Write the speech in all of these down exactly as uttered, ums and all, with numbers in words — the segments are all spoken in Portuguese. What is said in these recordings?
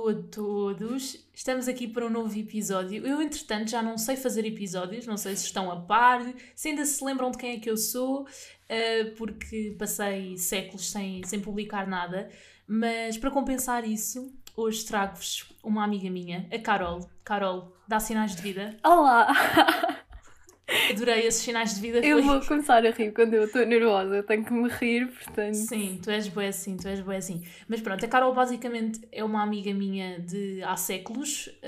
a todos, estamos aqui para um novo episódio. Eu, entretanto, já não sei fazer episódios, não sei se estão a par, se ainda se lembram de quem é que eu sou, uh, porque passei séculos sem, sem publicar nada, mas para compensar isso, hoje trago-vos uma amiga minha, a Carol. Carol, dá sinais de vida? Olá! Adorei esses sinais de vida. Eu foi... vou começar a rir quando eu estou nervosa, eu tenho que me rir, portanto... Sim, tu és bué assim, tu és bué assim. Mas pronto, a Carol basicamente é uma amiga minha de há séculos uh,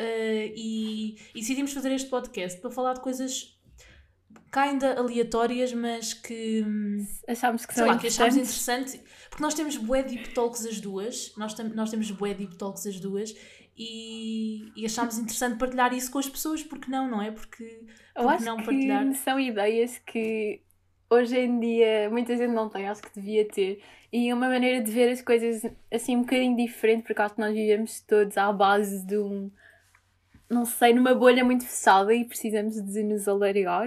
e, e decidimos fazer este podcast para falar de coisas ainda aleatórias, mas que... Achámos que sei são lá, que achámos interessantes. interessante, porque nós temos bué deep talks as duas, nós, tam- nós temos bué deep talks as duas e, e achámos interessante partilhar isso com as pessoas, porque não, não é? Porque, Eu porque acho não que partilhar? são ideias que hoje em dia muita gente não tem, acho que devia ter. E uma maneira de ver as coisas assim um bocadinho diferente, porque acho que nós vivemos todos à base de um... não sei, numa bolha muito fechada e precisamos de nos alargar.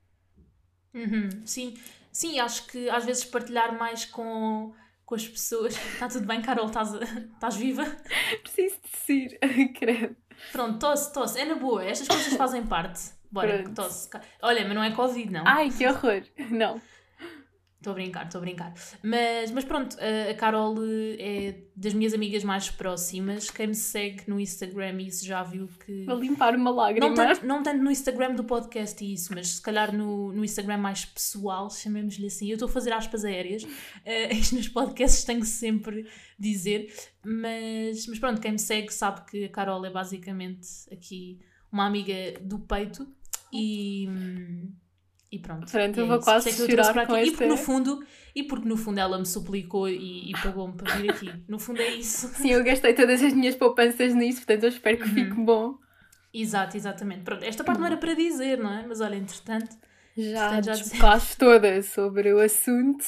Uhum, sim, sim, acho que às vezes partilhar mais com, com as pessoas. Está tudo bem, Carol? Estás, a- estás viva? Preciso de ser, credo. Pronto, tosse, tosse, é na boa, estas coisas fazem parte. Bora, Pronto. tosse. Olha, mas não é Covid, não. Ai, que horror! Não. Estou a brincar, estou a brincar. Mas, mas pronto, a a Carol eh, é das minhas amigas mais próximas. Quem me segue no Instagram, isso já viu que. Vou limpar uma lágrima. Não tanto, não tanto no Instagram do podcast e isso, mas se calhar no, no Instagram mais pessoal, chamemos-lhe assim. Eu estou a fazer aspas aéreas, uh, isto nos podcasts tenho que sempre dizer, mas, mas pronto, quem me segue sabe que a Carol é basicamente aqui uma amiga do peito e, e pronto. Pronto, e eu é vou isso. quase Por isso é que eu trouxe chorar para com aqui. E porque no esta... fundo, e porque no fundo ela me suplicou e, e pagou-me para vir aqui. No fundo é isso. Sim, eu gastei todas as minhas poupanças nisso, portanto eu espero que fique bom. Exato, exatamente. Pronto, esta parte não era para dizer, não é? Mas olha, entretanto... Já Portanto, já desbocaste toda sobre o assunto.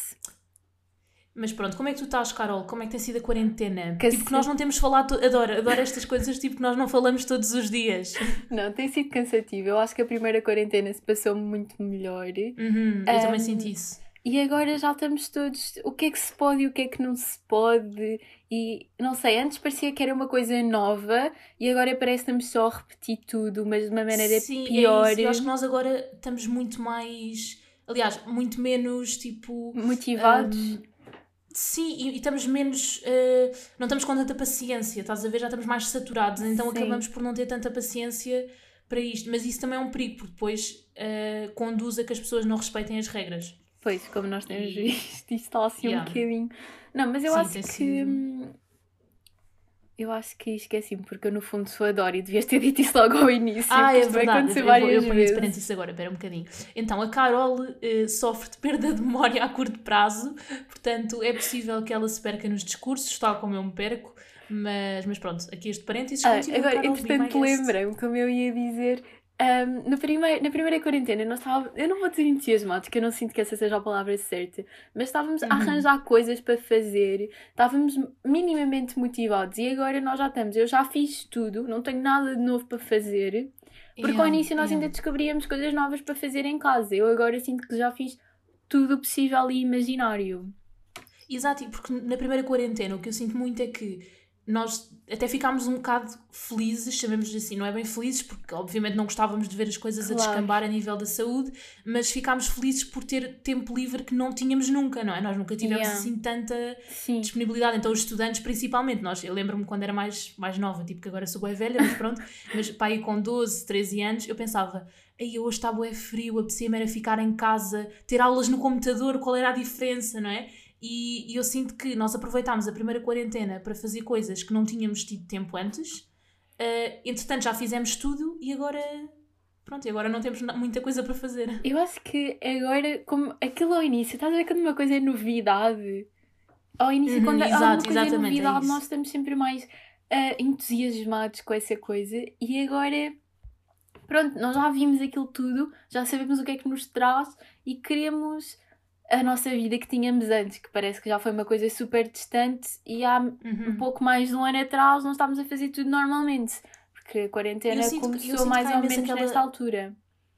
Mas pronto, como é que tu estás, Carol? Como é que tem sido a quarentena? Que Tipo, que se- nós não temos falado... to- Adoro, adoro estas coisas, tipo, que nós não falamos todos os dias. Não, tem sido cansativo. Eu acho que a primeira quarentena se passou muito melhor. Uhum, eu também Um, senti isso. E agora já estamos todos... O que é que se pode e o que é que não se pode? E, não sei, antes parecia que era uma coisa nova e agora parece que estamos só a repetir tudo, mas de uma maneira Sim, pior. é isso. Eu acho que nós agora estamos muito mais... Aliás, muito menos, tipo... Motivados. um, sim, e, e estamos menos... uh, não estamos com tanta paciência, estás a ver? Já estamos mais saturados, então Sim. acabamos por não ter tanta paciência para isto. Mas isso também é um perigo, porque depois uh, conduz a que as pessoas não respeitem as regras. Pois, como nós temos E- visto, isto está assim Yeah. um bocadinho... Não, mas eu Sim, acho tem que... sido. hum, Eu acho que esqueci-me, porque eu no fundo sou a Dori e devias ter dito isso logo ao início. Ah, porque é isto vai verdade. acontecer Eu, vou- eu várias ponho de vezes. parênteses agora, espera um bocadinho. Então, a Carol eh, sofre de perda de memória a curto prazo, portanto, é possível que ela se perca nos discursos, tal como eu me perco, mas, mas pronto, aqui este parênteses Ah, continua. agora, Carol, be my entretanto, guest. lembrei-me, como eu ia dizer, ahm, no primeiro, na primeira quarentena, nós estávamos, eu não vou dizer entusiasmados, porque eu não sinto que essa seja a palavra certa, mas estávamos a Uhum. arranjar coisas para fazer, estávamos minimamente motivados e agora nós já estamos, eu já fiz tudo, não tenho nada de novo para fazer, porque ao Yeah, início nós yeah. ainda descobríamos coisas novas para fazer em casa, eu agora sinto que já fiz tudo o possível e imaginário. Exato, e porque na primeira quarentena o que eu sinto muito é que nós até ficámos um bocado felizes, chamemos assim, não é bem felizes, porque obviamente não gostávamos de ver as coisas a Claro. descambar a nível da saúde, mas ficámos felizes por ter tempo livre que não tínhamos nunca, não é? Nós nunca tivemos Yeah. assim tanta Sim. disponibilidade, então os estudantes principalmente, nós, eu lembro-me quando era mais, mais nova, tipo que agora sou bem velha, mas pronto, mas pá, aí com doze, treze anos, eu pensava, aí hoje está bué frio, apetecia-me era ficar em casa, ter aulas no computador, qual era a diferença, não é? E, e eu sinto que nós aproveitámos a primeira quarentena para fazer coisas que não tínhamos tido tempo antes. Uh, entretanto, já fizemos tudo e agora... Pronto, e agora não temos na- muita coisa para fazer. Eu acho que agora, como aquilo ao início, estás a ver quando uma coisa é novidade? Ao início, Uhum, quando há exato, alguma coisa é exatamente, é novidade, isso. nós estamos sempre mais ah, entusiasmados com essa coisa. E agora, pronto, nós já vimos aquilo tudo, já sabemos o que é que nos traz e queremos a nossa vida que tínhamos antes, que parece que já foi uma coisa super distante e há um Uhum. pouco mais de um ano atrás nós estávamos a fazer tudo normalmente. Porque a quarentena Eu sinto que- eu começou sinto mais que há ou imenso menos aquela- nesta altura.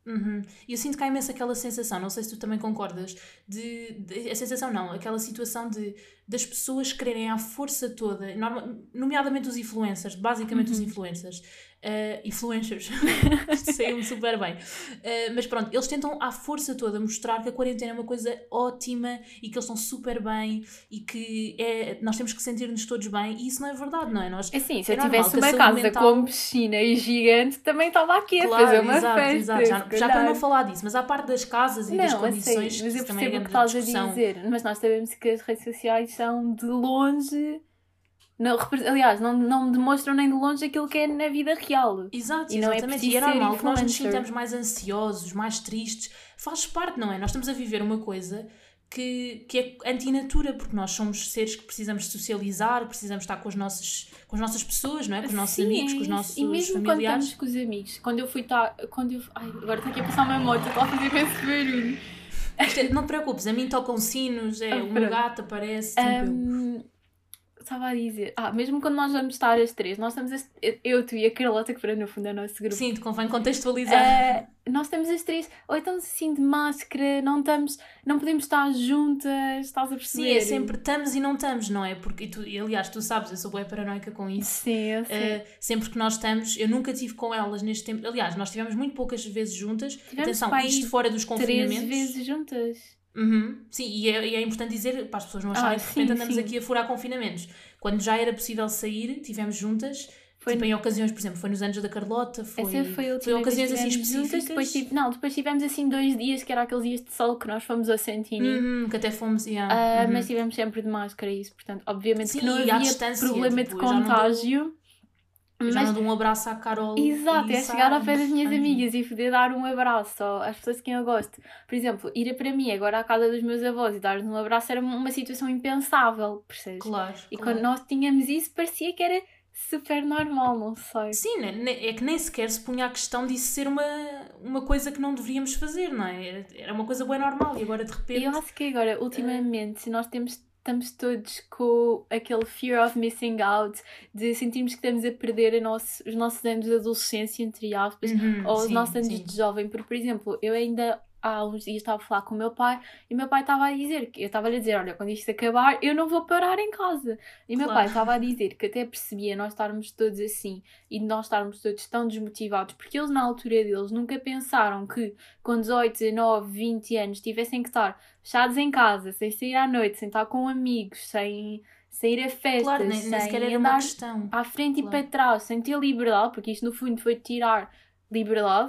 Uhum. E eu sinto que há imenso aquela sensação, não sei se tu também concordas, de, de- a sensação não, aquela situação de das pessoas quererem à força toda, norma- nomeadamente os influencers, basicamente os Uhum. influencers, eh, influencers, isto saiu-me super bem. Eh, mas pronto, eles tentam à força toda mostrar que a quarentena é uma coisa ótima e que eles estão super bem e que é, nós temos que sentir-nos todos bem, e isso não é verdade, não é? Nós, Assim, se é eu normal tivesse que a uma saúde casa mental. com piscina e gigante, também estava aqui a Claro, fazer uma exato, festa, exato. Já, se já para não calhar. falar disso, mas à parte das casas e das Não, eu sei, condições, mas que eu isso também é percebo o que grande estás a discussão. dizer. Mas nós sabemos que as redes sociais são de longe. Não, repre- aliás, não, não demonstram nem de longe aquilo que é na vida real. Exato, E não é exatamente. E preciso é ser normal que nós nos influencer. sintamos mais ansiosos, mais tristes. Faz parte, não é? Nós estamos a viver uma coisa que, que é antinatura, porque nós somos seres que precisamos socializar, precisamos estar com, os nossos, com as nossas pessoas, não é? Com os nossos Sim, amigos, é com os isso. nossos E mesmo quando familiares. estamos com os amigos, quando eu fui estar. Quando eu, ai, agora estou aqui a passar uma moto, estou a fazer imenso barulho. Isto é- não te preocupes, a mim tocam sinos, é, Ah, o meu pronto. gato aparece, tranquilo. Hum, Estava a dizer. Ah, mesmo quando nós vamos estar as três, nós estamos as, eu, tu e a Carlota, que para no fundo é o nosso grupo. Sim, te convém contextualizar. Ah, nós estamos as três, ou estamos assim de máscara, não estamos, não podemos estar juntas, estás a perceber? Sim, é sempre estamos e não estamos, não é? Porque, e tu, e, aliás, tu sabes, eu sou bem paranoica com isso. Sim, eu sei. Uh, sempre que nós estamos, eu nunca tive com elas neste tempo. Aliás, nós tivemos muito poucas vezes juntas. Tivemos Atenção, para aí isto fora dos Três confinamentos. vezes juntas. Uhum. Sim, e é, e é importante dizer para as pessoas não acharem Ah, que de repente sim, andamos sim. aqui a furar confinamentos. Quando já era possível sair, tivemos juntas. Foi- Tipo, em ocasiões, por exemplo, foi nos anos da Carlota, foi, Essa foi a última ocasiões vez que assim estivemos juntas. específicas. Depois tive, não, depois tivemos assim dois dias, que era aqueles dias de sol que nós fomos a Santini. Uhum, que até fomos. Yeah. Ah, Uhum. Mas tivemos sempre de máscara e isso, portanto, obviamente Sim, que não e à havia distância, problema tipo, de eu já não dou- contágio. Eu já mas não dou um abraço à Carol. exato, e é chegar ao pé das minhas ai, amigas e poder dar um abraço às pessoas que eu gosto. Por exemplo, ir para mim agora à casa dos meus avós e dar-lhes um abraço era uma situação impensável, percebes? Claro. E claro. quando nós tínhamos isso, parecia que era super normal, não sei. Sim, né, né, é que nem sequer se punha a questão disso ser uma, uma coisa que não deveríamos fazer, não é? Era, era uma coisa bem normal e agora de repente. E eu acho que agora, ultimamente, nós temos, estamos todos com aquele fear of missing out, de sentirmos que estamos a perder a nosso, os nossos anos de adolescência, entre aspas, Uhum, ou os sim, nossos anos sim. de jovem. Porque, por exemplo, eu ainda há uns dias estava a falar com o meu pai e o meu pai estava a dizer, que eu estava-lhe a dizer, olha, quando isto acabar eu não vou parar em casa. E o meu Claro. pai estava a dizer que até percebia nós estarmos todos assim e nós estarmos todos tão desmotivados, porque eles na altura deles nunca pensaram que com dezoito, dezanove, vinte anos tivessem que estar fechados em casa, sem sair à noite, sem estar com amigos, sem, sem ir a festas, Claro, nem, nem sequer sem era uma andar questão. à frente Claro. e para trás, sem ter liberdade, porque isto no fundo foi tirar liberdade.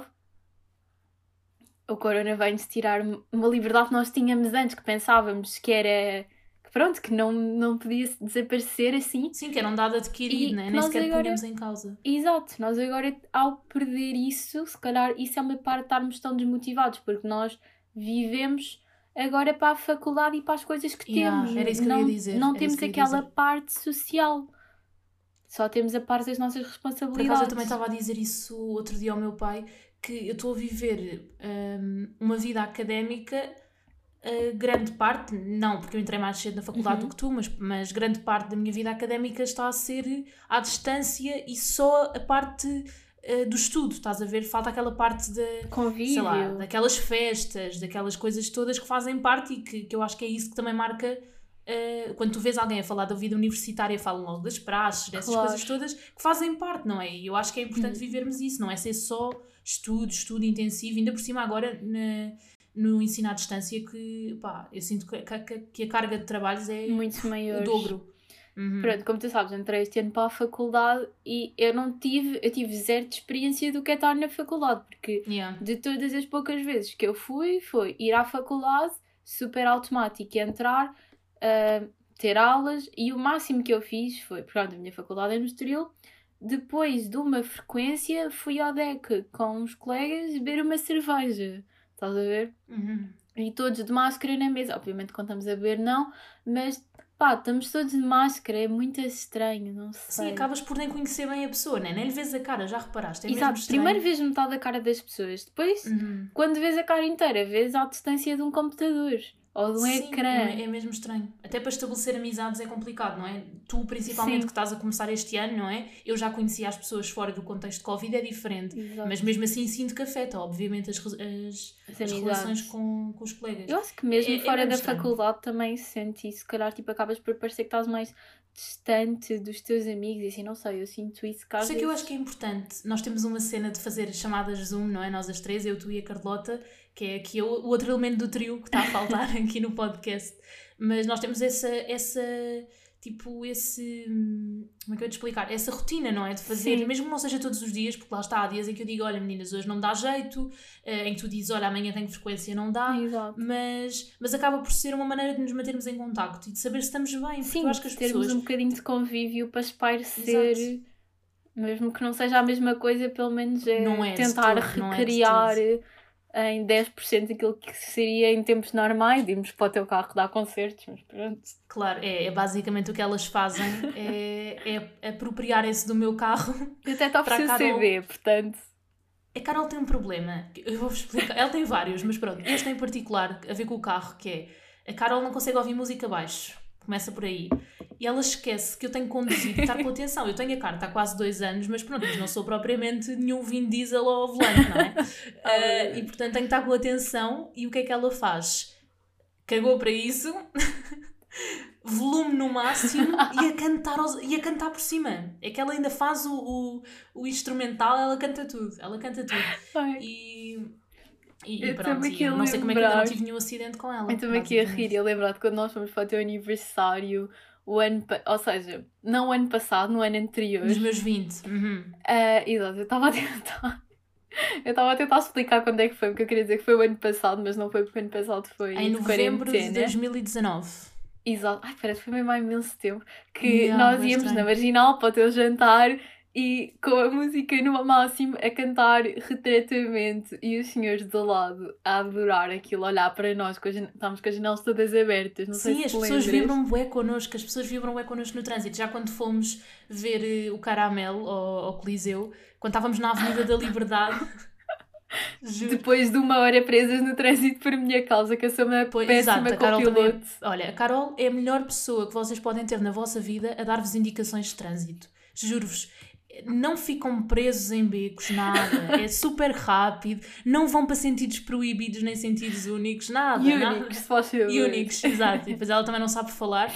O corona vem-nos tirar uma liberdade que nós tínhamos antes, que pensávamos que era, que pronto, que não, não podia desaparecer assim. Sim, que era um dado adquirido, E né? nem nós sequer agora- punhamos em causa. Exato, nós agora ao perder isso, se calhar isso é uma parte de estarmos tão desmotivados, porque nós vivemos agora para a faculdade e para as coisas que Yeah, temos. era isso que eu não, ia dizer, Não era temos isso que eu ia aquela dizer. parte social. Só temos a parte das nossas Por responsabilidades. acaso eu também estava a dizer isso outro dia ao meu pai, que eu estou a viver hum, uma vida académica, uh, grande parte, não porque eu entrei mais cedo na faculdade Uhum. do que tu, mas, mas grande parte da minha vida académica está a ser à distância e só a parte uh, do estudo, estás a ver? Falta aquela parte de, Convívio. sei lá, daquelas festas, daquelas coisas todas que fazem parte e que, que eu acho que é isso que também marca. Uh, quando tu vês alguém a falar da vida universitária, falam logo das praxes, dessas Claro. coisas todas que fazem parte, não é? E eu acho que é importante Uhum. vivermos isso, não é ser só estudo, estudo intensivo, ainda por cima agora na, no ensino à distância, que pá, eu sinto que, que, que a carga de trabalhos é Muito maior. o dobro. Uhum. Pronto, como tu sabes, eu entrei este ano para a faculdade e eu não tive, eu tive zero de experiência do que é estar na faculdade, porque Yeah. de todas as poucas vezes que eu fui, foi ir à faculdade, super automático, entrar, uh, ter aulas, e o máximo que eu fiz foi, pronto, a minha faculdade é no Estoril, depois de uma frequência fui ao D E C com uns colegas beber uma cerveja, estás a ver? Uhum. E todos de máscara na mesa, obviamente quando estamos a beber não, mas pá, estamos todos de máscara, é muito estranho, não sei. Sim, acabas por nem conhecer bem a pessoa, né? Nem lhe vês a cara, já reparaste? É mesmo Exato, estranho. primeiro vês metade da cara das pessoas, depois, Uhum. quando vês a cara inteira, vês à distância de um computador. ou de um Sim, ecrã. é, é mesmo estranho. Até para estabelecer amizades é complicado, não é? Tu, principalmente, Sim. que estás a começar este ano, não é? Eu já conhecia as pessoas fora do contexto de Covid, é diferente. Exato. Mas mesmo assim sinto que afeta, obviamente, as, as, As as amizades. relações com, com os colegas. Eu acho que mesmo É- é fora mesmo da estranho. faculdade também se sente isso. Se calhar, tipo, acabas por parecer que estás mais distante dos teus amigos e assim, não sei, eu sinto isso que Por às isso é que eu vezes- acho que é importante. Nós temos uma cena de fazer chamadas Zoom, não é? Nós as três, eu, tu e a Carlota, que é aqui o o outro elemento do trio que está a faltar aqui no podcast. Mas nós temos essa, essa tipo, esse... hum, Como é que eu ia te explicar? Essa rotina, não é? De fazer, Sim. mesmo que não seja todos os dias, porque lá está, há dias em que eu digo, olha meninas, hoje não me dá jeito, eh, em que tu dizes, olha, amanhã tenho frequência, não dá. Exato. Mas, mas acaba por ser uma maneira de nos mantermos em contacto e de saber se estamos bem. Porque Sim, eu acho que as termos pessoas... um bocadinho de convívio para espairecer, Exato. mesmo que não seja a mesma coisa, pelo menos é Não é de tentar todo, não é de recriar em dez por cento aquilo que seria em tempos normais. Irmos para o teu carro dar concertos, mas pronto. Claro, é, é basicamente o que elas fazem, é, é apropriarem-se do meu carro. Eu até estou a Para a oferecer Carol- C D, portanto. A Carol tem um problema, eu vou-vos explicar, ela tem vários, mas pronto, este em particular, a ver com o carro, que é, a Carol não consegue ouvir música baixo, começa por aí, e ela esquece que eu tenho conduzido e estar com atenção, eu tenho a carta há quase dois anos, mas pronto, mas não sou propriamente nenhum Vin Diesel ao volante, não é? Uh, e portanto tenho que estar com atenção, e o que é que ela faz? Cagou para isso... volume no máximo e a cantar, aos, e a cantar por cima. É que ela ainda faz o, o, o instrumental, ela canta tudo. Ela canta tudo. Ai, E, e, Eu e pronto, também e queria eu não sei como é que eu ainda não lembrar. tive nenhum acidente com ela. eu também aqui a basicamente. rir e a lembrar de quando nós fomos para o teu aniversário, o ano, pa- ou seja, não o ano passado, no ano anterior. Nos meus vinte. Uhum. Ah, exato, eu estava a tentar. Eu estava a tentar explicar quando é que foi, porque eu queria dizer que foi o ano passado, mas não foi porque o ano passado foi Em de novembro de quarentena. dois mil e dezanove. Exato. Ai, parece que foi mesmo há imenso tempo que Yeah, nós bem íamos estranho. na Marginal para o teu jantar e com a música no máximo a cantar retratamente e os senhores do lado a adorar aquilo, olhar para nós, com as jan- estávamos com as janelas todas abertas, não sei Sim, se as te pessoas lembras. vibram bué connosco, as pessoas vibram bué connosco no trânsito. Já quando fomos ver eh, o Caramelo ao, ao Coliseu, quando estávamos na Avenida da Liberdade, juro. Depois de uma hora presas no trânsito por minha causa, que eu sou uma Pois, péssima exato, a Carol também. copiloto. Olha, a Carol é a melhor pessoa que vocês podem ter na vossa vida a dar-vos indicações de trânsito. Juro-vos, não ficam presos em becos, nada. É super rápido, não vão para sentidos proibidos nem sentidos únicos, nada. nada. Únicos, se faz favor. Únicos, exato. E depois ela também não sabe falar.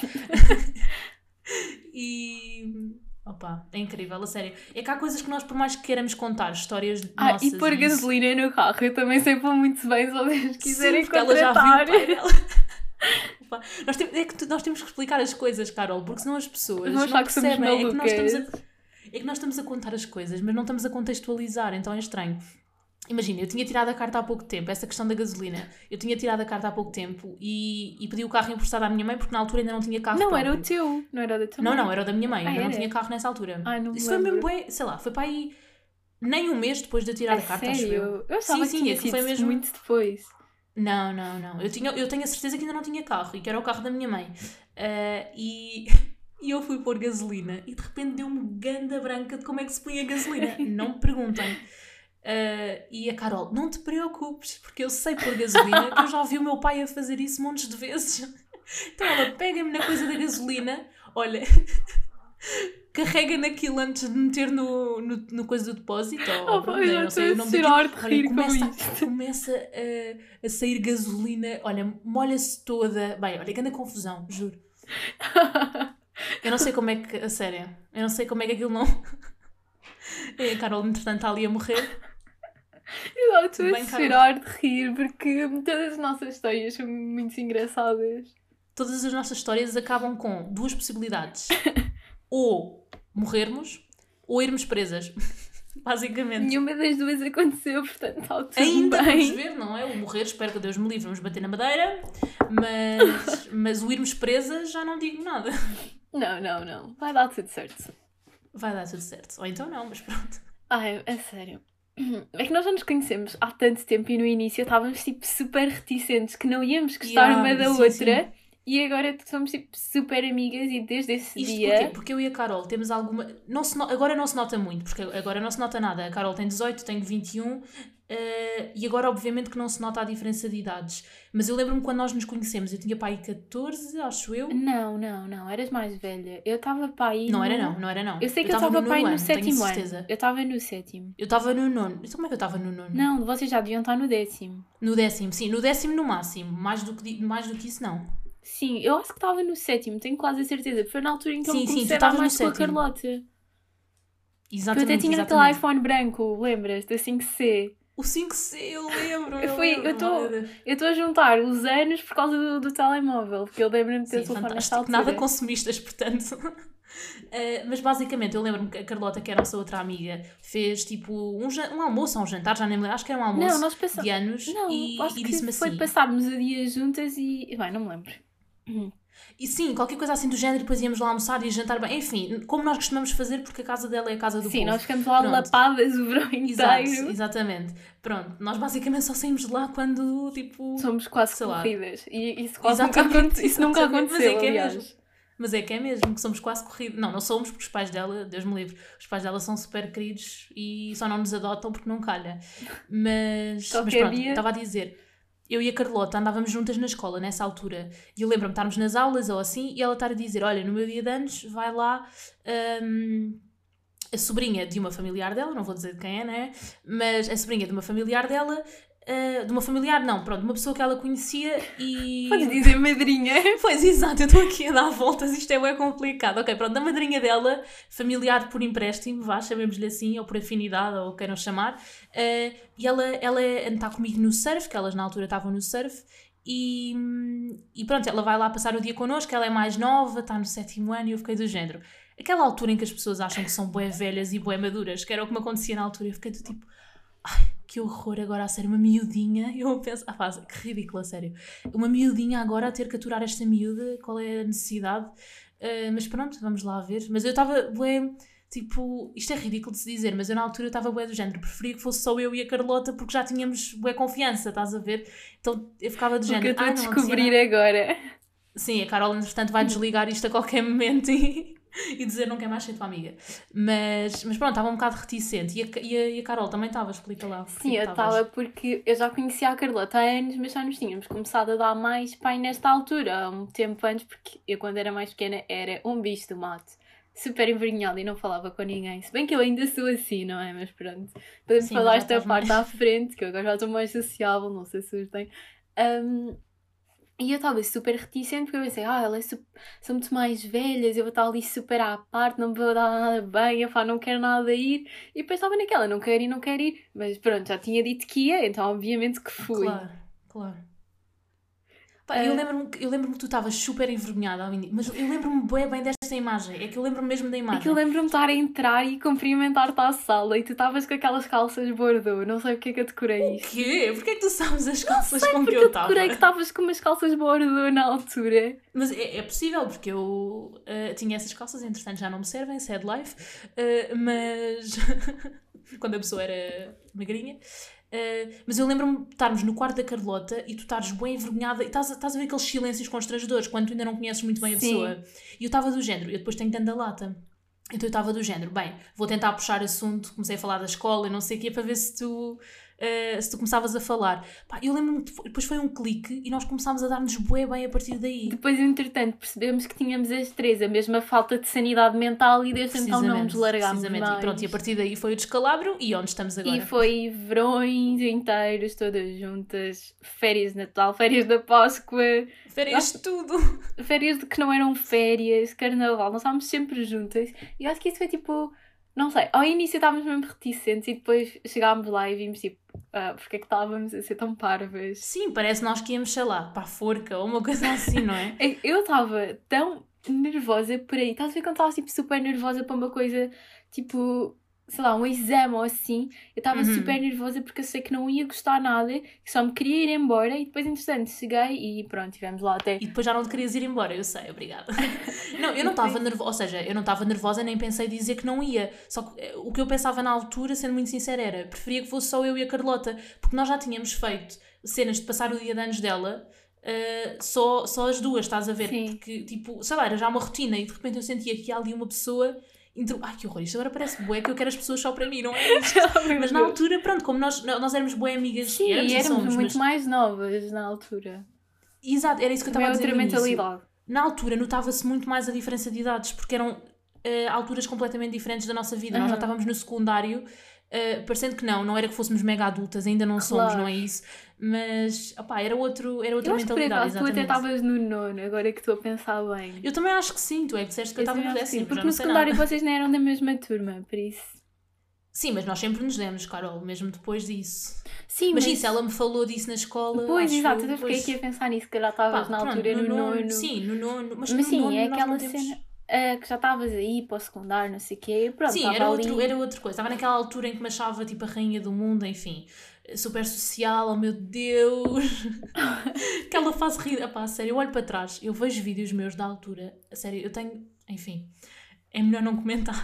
E. Opa, é incrível, a sério. É que há coisas que nós, por mais que queiramos contar, histórias Ah, nossas. e pôr isso- gasolina no carro, eu também sei pôr muito bem, se vocês quiserem Sim, porque ela já viu contratar. o pai dela. Opa, nós, tem- é que tu- nós temos que explicar as coisas, Carol, porque senão as pessoas Vamos não achar que somos percebem. É que, nós estamos a, malucas. é que nós estamos a contar as coisas, mas não estamos a contextualizar, então é estranho. Imagina, eu tinha tirado a carta há pouco tempo, essa questão da gasolina. Eu tinha tirado a carta há pouco tempo e, e pedi o carro emprestado à minha mãe porque na altura ainda não tinha carro Não, próprio. era o teu, não era o da tua Não, mãe. não, era o da minha mãe. Ah, eu não era? tinha carro nessa altura. Ai, não me Isso foi mesmo lembro. bué, sei lá, foi para aí nem um mês depois de eu tirar A a carta, acho eu. sério? Eu achava Sim, que sim, tinha é que sido foi mesmo- muito depois. Não, não, não. Eu, tinha, eu tenho a certeza que ainda não tinha carro e que era o carro da minha mãe. Ah, e, e eu fui pôr gasolina e de repente deu-me ganda branca de como é que se punha gasolina. Não me perguntem. Ah, e a Carol, não te preocupes, porque eu sei pôr gasolina, que eu já vi o meu pai a fazer isso montes de vezes. Então ela pega-me na coisa da gasolina, olha, carrega naquilo antes de meter no, no, no coisa do depósito. Ou, Oh, pronto, eu eu já não sei o estou a nome chorar daquilo. de Olha, rir com começa, isto. começa a, a sair gasolina, olha, molha-se toda. Bem, olha, grande confusão, juro. Eu não sei como é que, a sério, eu não sei como é que aquilo não. A Carol, entretanto, está ali a morrer. Eu já estou a Bem, Carol. chorar de rir porque todas as nossas histórias são muito engraçadas. Todas as nossas histórias acabam com duas possibilidades: ou morrermos, ou irmos presas. Basicamente. Nenhuma das duas aconteceu, portanto está tudo Ainda vamos bem. ver, não é? O morrer, espero que Deus me livre, vamos bater na madeira, mas, mas o irmos presas já não digo nada. Não, não, não. Vai dar tudo certo. Vai dar tudo certo. Ou então não, mas pronto. Ai, é sério. É que nós já nos conhecemos há tanto tempo e no início estávamos tipo super reticentes que não íamos gostar Yeah, uma da sim, outra sim. e agora somos tipo super amigas e desde esse Isto dia... porquê? Porque eu e a Carol temos alguma... Não se no... Agora não se nota muito, porque agora não se nota nada. A Carol tem dezoito, tenho vinte e um, uh, e agora obviamente que não se nota a diferença de idades. Mas eu lembro-me quando nós nos conhecemos, eu tinha pai catorze, acho eu. Não, não, não, eras mais velha. Eu estava para aí Não no... era não, não era não. Eu sei que eu estava para aí no sétimo ano. Certeza. Eu estava no sétimo. Eu estava no nono. Então como é que eu estava no nono? Não, vocês já deviam estar no décimo. No décimo, sim. No décimo no máximo. Mais do que, mais do que isso, não. Sim, eu acho que estava no sétimo, tenho quase a certeza. Porque foi na altura em que sim, eu sim, comecei tu a dar no mais com a sétimo. Carlota. Exatamente, Tu até tinha exatamente. aquele iPhone branco, lembras? Da cinco C. O cinco C, eu lembro. Eu Fui- lembro, eu tô- meu Deus. Eu estou a juntar os anos por causa do, do telemóvel, porque eu lembro-me de ter Sim, telefone nesta fantástico. altura. Nada consumistas, portanto. Uh, mas basicamente, eu lembro-me que a Carlota, que era a nossa outra amiga, fez tipo um, jan- um almoço ou um jantar, já nem me lembro, acho que era um almoço Não, nós passamos... de anos Não, e, acho e que disse-me foi assim. passarmos o dia juntas e... Bem, não me lembro. E sim, qualquer coisa assim do género, depois íamos lá almoçar e jantar bem. Enfim, como nós costumamos fazer, porque a casa dela é a casa do Sim, povo. nós ficamos lá Pronto. lapadas o verão Exato, inteiro. exatamente. Pronto, nós basicamente só saímos de lá quando, tipo... Somos quase Sei lá. corridas. E isso quase nunca, Exatamente, aconte... isso nunca exatamente. aconteceu, Mas é que é aliás. mesmo. Mas é que é mesmo, que somos quase corridos. Não, não somos, porque os pais dela, Deus me livre, os pais dela são super queridos e só não nos adotam porque não calha. Mas, mas Qualquer pronto, dia- estava a dizer, eu e a Carlota andávamos juntas na escola nessa altura. E eu lembro-me de estarmos nas aulas ou assim e ela estar a dizer: olha, no meu dia de anos vai lá hum, a sobrinha de uma familiar dela, não vou dizer de quem é, né? Mas a sobrinha de uma familiar dela. Uh, de uma familiar, não, pronto, de uma pessoa que ela conhecia e... Podes dizer madrinha. Pois, exato, eu estou aqui a dar voltas, isto é bem complicado. Ok, pronto, da madrinha dela, familiar por empréstimo, vá, chamemos-lhe assim, ou por afinidade, ou queiram chamar, uh, e ela, ela está comigo no surf, que elas na altura estavam no surf, e, e pronto, ela vai lá passar o dia connosco, ela é mais nova, está no sétimo ano, e eu fiquei do género. Aquela altura em que as pessoas acham que são bué velhas e bué maduras, que era o que me acontecia na altura, eu fiquei do tipo... Ai, que horror agora a ser uma miudinha. Eu penso, ah, faz, que ridícula, sério. Uma miudinha agora a ter que aturar esta miúda, qual é a necessidade? Uh, mas pronto, vamos lá ver. Mas eu estava, bué, tipo, isto é ridículo de se dizer, mas eu na altura estava bué do género, preferia que fosse só eu e a Carlota porque já tínhamos bué confiança, estás a ver? Então eu ficava do O que eu género. estou a "Ai, não descobrir acontecia nada." agora. Sim, a Carol, entretanto, vai desligar isto a qualquer momento e, e dizer não quer mais ser tua amiga. Mas, mas pronto, estava um bocado reticente. E a, e a, e a Carol também estava, explica lá. porque Sim, eu estavas. estava porque eu já conhecia a Carlota há anos, mas já nos tínhamos começado a dar mais pai nesta altura, há um tempo antes, porque eu quando era mais pequena era um bicho do mato. Super envergonhada e não falava com ninguém. Se bem que eu ainda sou assim, não é? Mas pronto. Podemos Sim, falar mas já esta estás parte mais- à frente, que eu agora já estou mais sociável, não se assustem. Um, e eu estava super reticente porque eu pensei, ah, elas su- são muito mais velhas, eu vou estar ali super à parte, não me vou dar nada bem, eu pá, não quero nada ir. E depois estava naquela, não quero ir, não quero ir. Mas pronto, já tinha dito que ia, então obviamente que fui. Claro, claro. Pá, eu Ah. lembro-me que, eu lembro-me que tu estavas super envergonhada ao início, mas eu lembro-me bem, bem desta imagem. É que eu lembro-me mesmo da imagem. É que eu lembro-me de estar a entrar e cumprimentar-te à sala e tu estavas com aquelas calças bordô, não sei porque é que eu decorei isto. Quê? Porquê é que tu sabes as calças com que Porque eu eu estava? decorei que estavas com umas calças bordô na altura. Mas é, é possível, porque eu uh, tinha essas calças, entretanto já não me servem, sad life, uh, mas quando a pessoa era magrinha. Uh, mas eu lembro-me de estarmos no quarto da Carlota e tu estares bem envergonhada e estás a, estás a ver aqueles silêncios constrangedores quando tu ainda não conheces muito bem a Sim. pessoa. E eu estava do género, eu depois tenho tanta lata. Então eu estava do género, bem, vou tentar puxar assunto, comecei a falar da escola e não sei o quê para ver se tu, uh, se tu começavas a falar. Pá, eu lembro-me que depois foi um clique e nós começámos a dar-nos bué bem a partir daí. Depois, entretanto, percebemos que tínhamos as três a mesma falta de sanidade mental e desde então não nos largámos precisamente. mais. E pronto, e a partir daí foi o descalabro e onde estamos agora. E foi verões inteiros, todas juntas, férias de Natal, férias da Páscoa, Férias de tudo. férias de que não eram férias, carnaval, nós estávamos sempre juntas. E eu acho que isso foi tipo, não sei, ao início estávamos mesmo reticentes e depois chegámos lá e vimos tipo, ah, porque é que estávamos a ser tão parvas? Sim, parece nós que íamos, sei lá, para a forca ou uma coisa assim, não é? Eu estava tão nervosa por aí, estás a ver quando estavas tipo super nervosa para uma coisa tipo, sei lá, um exame ou assim, eu estava Uhum. super nervosa porque eu sei que não ia gostar nada, que só me queria ir embora e depois entretanto cheguei e pronto, estivemos lá até. E depois já não te querias ir embora, eu sei, obrigada. Não, eu não estava nervosa, ou seja, eu não estava nervosa nem pensei dizer que não ia. Só que eh, o que eu pensava na altura, sendo muito sincera, era preferia que fosse só eu e a Carlota, porque nós já tínhamos feito cenas de passar o dia de anos dela uh, só, só as duas, estás a ver? Sim. Porque, tipo, sei lá, era já uma rotina e de repente eu sentia que há ali uma pessoa... Entre... Ai, que horror, isto agora parece bué que eu quero as pessoas só para mim, não é isto? Mas na altura, pronto, como nós, nós éramos bué amigas... Sim, éramos e éramos somos, muito mas... mais novas na altura. Exato, era isso que eu estava a dizer outra no início. mentalidade. Na altura notava-se muito mais a diferença de idades, porque eram uh, alturas completamente diferentes da nossa vida. Uhum. Nós já estávamos no secundário, uh, parecendo que não, não era que fôssemos mega adultas, ainda não claro. somos, não é isso? Mas, opá, era, outro, era outra eu mentalidade, acho que, tu até estavas no nono, agora que estou a pensar bem. Eu também acho que sim, tu é que disseste que eu estava no décimo. Porque no secundário nada. vocês não eram da mesma turma, por isso... Sim, mas nós sempre nos demos, Carol, mesmo depois disso. Sim, mas, mas... isso, ela me falou disso na escola. Pois, exato, eu depois... fiquei aqui a pensar nisso, que já estavas na pronto, altura no, no nono, nono. Sim, no nono. Mas, mas no sim, nono, é aquela temos... cena uh, que já estavas aí para o secundário, não sei o quê. Pronto, sim, era, ali... outro, era outra coisa. Estava naquela altura em que me achava tipo a rainha do mundo, enfim. Super social, oh meu Deus. Aquela fase rir. Epá, a sério, eu olho para trás, eu vejo vídeos meus da altura. A sério, eu tenho... Enfim, é melhor não comentar.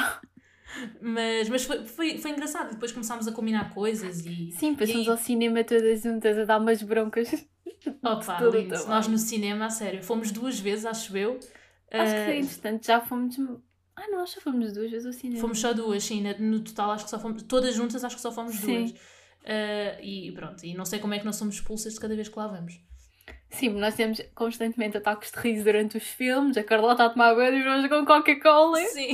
Mas, mas foi, foi, foi engraçado. Depois começámos a combinar coisas e... Sim, passamos e... ao cinema todas juntas a dar umas broncas. Opa, lindo. Nós no cinema, a sério, fomos duas vezes, acho eu. Acho uh... que, entretanto, já fomos... Ah, não, só fomos duas vezes ao cinema. Fomos só duas, sim. No total, acho que só fomos... Todas juntas, acho que só fomos sim. duas. Uh, e pronto, e não sei como é que não somos expulsas de cada vez que lá vamos. Sim, nós temos constantemente ataques de riso durante os filmes, a Carlota a tomar banho e nós com Coca-Cola. Sim.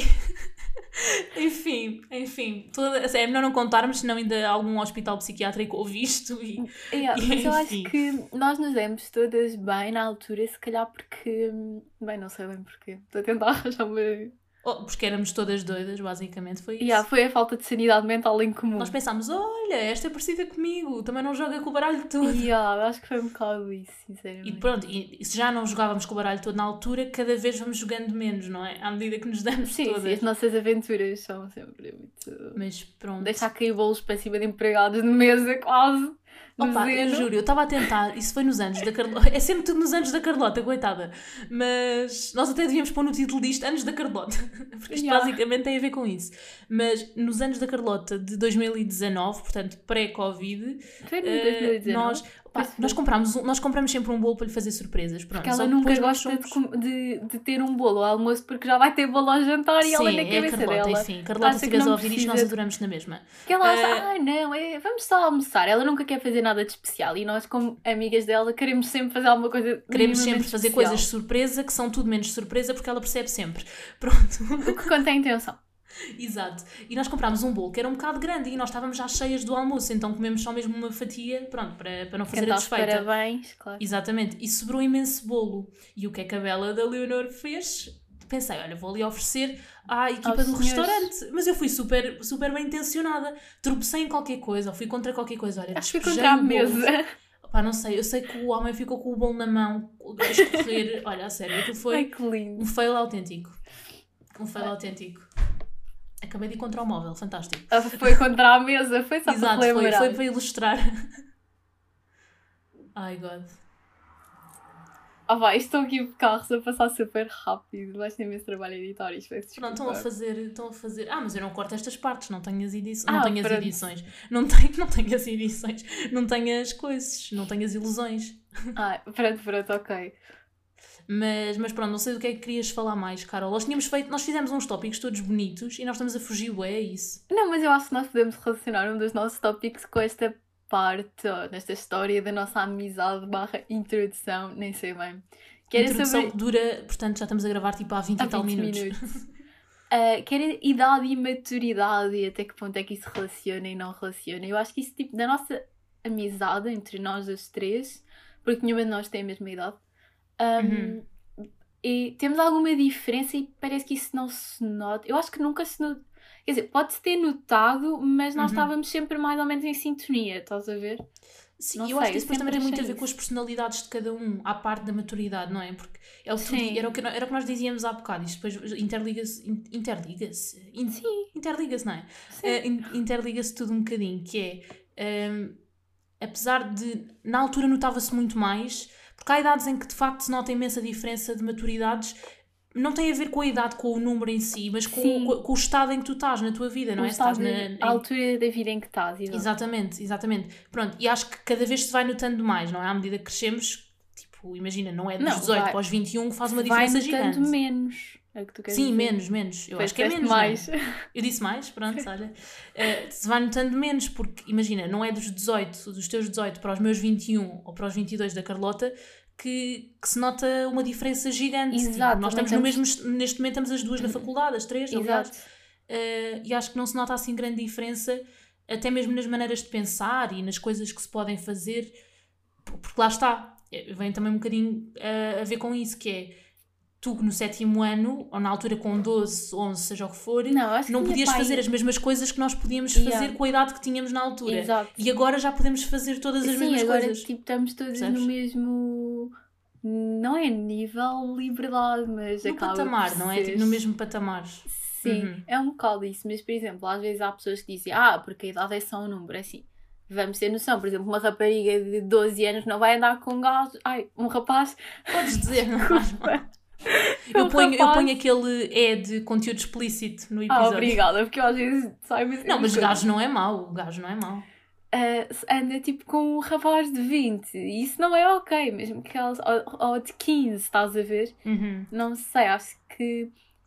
enfim, enfim. Toda... É melhor não contarmos, senão ainda algum hospital psiquiátrico ouve isto e... Yeah, e mas enfim. eu acho que nós nos demos todas bem na altura, se calhar porque... Bem, não sei bem porquê. Estou a tentar arranjar uma... Oh, porque éramos todas doidas, basicamente, foi isso. Yeah, foi a falta de sanidade mental em comum. Nós pensámos, olha, esta é parecida comigo, também não joga com o baralho todo. Yeah, acho que foi um bocado isso, sinceramente. E pronto, e se já não jogávamos com o baralho todo na altura, cada vez vamos jogando menos, não é? À medida que nos damos sim, todas. Sim, as nossas aventuras são sempre muito... Mas pronto. Deixar cair bolos para cima de empregados de mesa, quase. Opa, eu juro, eu estava a tentar, isso foi nos anos da Carlota, é sempre tudo nos anos da Carlota, coitada, mas nós até devíamos pôr no título disto anos da Carlota, porque isto yeah. basicamente tem a ver com isso, mas nos anos da Carlota de dois mil e dezanove, portanto pré-Covid, foi em dois mil e dezanove? nós, pá, nós, compramos, nós compramos sempre um bolo para lhe fazer surpresas, pronto. Porque ela nunca gosta somos... de, de, de ter um bolo ao almoço porque já vai ter bolo ao jantar e sim, ela na cabeça é a Carlota, dela. Enfim, Carlota, se estiveres a ouvir isto, nós adoramos na mesma. Porque ela acha, uh... ah não, é, vamos só almoçar, ela nunca quer fazer nada de especial e nós como amigas dela queremos sempre fazer alguma coisa queremos sempre fazer especial. Coisas de surpresa que são tudo menos surpresa porque ela percebe sempre, pronto. O que contém intenção. Exato, e nós comprámos um bolo que era um bocado grande e nós estávamos já cheias do almoço, então comemos só mesmo uma fatia, pronto, para, para não fazer a desfeita. Parabéns, claro. Exatamente, e sobrou imenso bolo. E o que é que a bela da Leonor fez? Pensei, olha, vou ali oferecer à equipa Aos do senhores. restaurante. Mas eu fui super, super bem intencionada. Tropecei em qualquer coisa, ou fui contra qualquer coisa. Olha, acho que fui contra a mesa. Pá, não sei, eu sei que o homem ficou com o bolo na mão, a escorrer. Olha, a sério, aquilo foi Ai, que lindo. Um fail autêntico. Um fail Ai. autêntico. Acabei de ir contra o móvel, fantástico. Foi contra a mesa, foi só Exato, para relembrar. Foi, foi para ilustrar. Ai, God. Ah, vai, estou aqui de carros a passar super rápido. Vais ter imenso trabalho a editar isto. Não, estão a fazer, estão a fazer... Ah, mas eu não corto estas partes, não tenho as, edições. Ah, não tenho as edições. Não tenho, não tenho as edições. Não tenho as coisas, não tenho as ilusões. Ah, pronto, pronto, ok. Mas, mas pronto, não sei do que é que querias falar mais, Carol. Nós tínhamos feito, nós fizemos uns tópicos todos bonitos e nós estamos a fugir, ué, é isso. Não, mas eu acho que nós podemos relacionar um dos nossos tópicos com esta parte, ó, nesta história da nossa amizade barra introdução, nem sei bem. Que a introdução sobre... dura, portanto já estamos a gravar tipo há vinte há e tal minutos. minutos. uh, que era idade e maturidade e até que ponto é que isso relaciona e não relaciona. Eu acho que isso tipo da nossa amizade entre nós as três, porque nenhuma de nós tem a mesma idade, um, uhum. e temos alguma diferença e parece que isso não se nota. Eu acho que nunca se nota. Quer dizer, pode-se ter notado, mas nós uhum. estávamos sempre mais ou menos em sintonia, estás a ver? Sim, não eu sei, acho que isso depois também tem muito a ver com as personalidades de cada um, à parte da maturidade, não é? Porque é o que tu, era, o que, era o que nós dizíamos há bocado, isto depois interliga-se, interliga-se, in, Sim. interliga-se, não é? Uh, interliga-se tudo um bocadinho, que é, um, apesar de, na altura notava-se muito mais, porque há idades em que de facto se nota imensa diferença de maturidades. Não tem a ver com a idade, com o número em si, mas com, com, com o estado em que tu estás na tua vida, não o é? Estás estás na, na... A altura da vida em que estás. Exatamente, exatamente. Pronto, e acho que cada vez se vai notando mais, não é? À medida que crescemos, Tipo, imagina, não é dos Não, dezoito vai- para os vinte e um que faz uma Vai diferença notando gigante. menos. É o que tu queres Sim, dizer. menos, menos. Eu Pois acho que é disseste menos, mais. não é? Eu disse mais, pronto, olha. Uh, se vai notando menos, porque imagina, não é dos dezoito, dos teus dezoito para os meus vinte e um ou para os vinte e dois da Carlota que, que se nota uma diferença gigante. Exato, Tipo, nós também estamos no estamos- mesmo, neste momento estamos as duas na faculdade, as três, aliás. Exato. Uh, e acho que não se nota assim grande diferença, até mesmo nas maneiras de pensar e nas coisas que se podem fazer, porque lá está, vem também um bocadinho uh, a ver com isso, que é tu no sétimo ano, ou na altura com doze, onze, seja o que for, Não, acho que não tinha podias pai- fazer as mesmas coisas que nós podíamos Yeah. fazer com a idade que tínhamos na altura. Exato. E agora já podemos fazer todas as Sim, mesmas agora coisas. tipo, estamos todos Percebes? no mesmo. Não é nível de liberdade, mas No acaba patamar, por não é? ser. Tipo, no mesmo patamar. Sim, Uhum. é um bocado isso. Mas, por exemplo, às vezes há pessoas que dizem ah, porque a idade é só um número. É assim, vamos ter noção. Por exemplo, uma rapariga de doze anos não vai andar com um gajo. Ai, um rapaz. Podes dizer, não faz mal. Eu Um ponho, eu rapaz. ponho aquele é de conteúdo explícito no Ah, episódio. obrigada, porque eu às vezes saio Não, mas gajo não é mau. O gajo não é mau. Uh, anda tipo com um rapaz de vinte e isso não é ok, mesmo que elas, ou, ou de quinze, estás a ver? Uhum. Não sei, acho que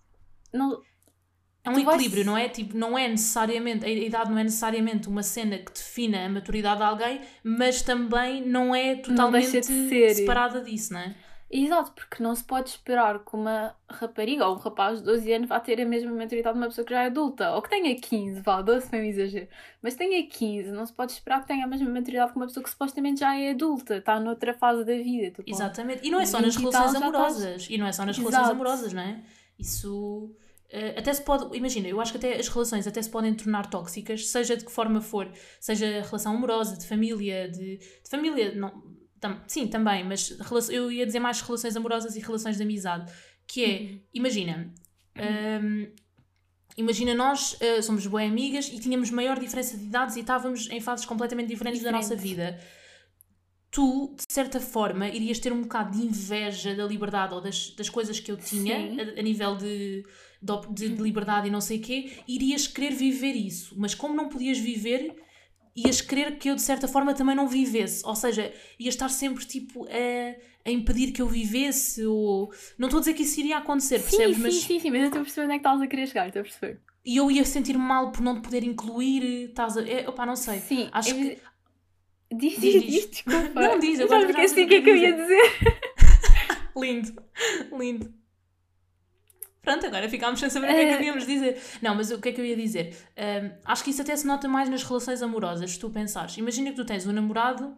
não, É um Tu vais- equilíbrio, não é? Tipo, não é necessariamente, a idade não é necessariamente uma cena que defina a maturidade de alguém, mas também não é totalmente deixa de ser. separada disso, não é? exato, porque não se pode esperar que uma rapariga ou um rapaz de doze anos vá ter a mesma maturidade de uma pessoa que já é adulta, ou que tenha quinze, vá, doze foi um exagero, mas tenha quinze, não se pode esperar que tenha a mesma maturidade que uma pessoa que supostamente já é adulta, está noutra fase da vida. Tipo, Exatamente. E não é só nas vinte e tal relações já amorosas. E não é só nas relações Exato. amorosas, não é? Isso eh, até se pode, imagina, eu acho que até as relações até se podem tornar tóxicas, seja de que forma for, seja relação amorosa, de família, de, de família, não, tam, sim, também, mas rela- eu ia dizer mais relações amorosas e relações de amizade, que é, Uhum. imagina, hum, imagina nós eh, somos boas amigas e tínhamos maior diferença de idades e estávamos em fases completamente diferentes da nossa vida. Tu, de certa forma, irias ter um bocado de inveja da liberdade ou das, das coisas que eu tinha, Sim. a, a nível de, de, op- de liberdade e não sei o quê, irias querer viver isso. Mas como não podias viver, ias querer que eu, de certa forma, também não vivesse. Ou seja, ias estar sempre, tipo, a, a impedir que eu vivesse ou... Não estou a dizer que isso iria acontecer, sim, percebes? sim, Mas... sim, sim, mas eu estou a perceber onde é que estás a querer chegar, estou a perceber. E eu ia sentir-me mal por não te poder incluir, estás a... É, opá, não sei. Sim, Acho eu- que... Diz, Diz, diz, diz. diz, desculpa. Não, diz, eu agora já já fiquei sei assim o que é que eu ia dizer. Lindo, lindo. Pronto, agora ficámos sem saber o que é que havíamos de dizer. Não, mas o que é que eu ia dizer? Um, acho que isso até se nota mais nas relações amorosas, se tu pensares. Imagina que tu tens um namorado,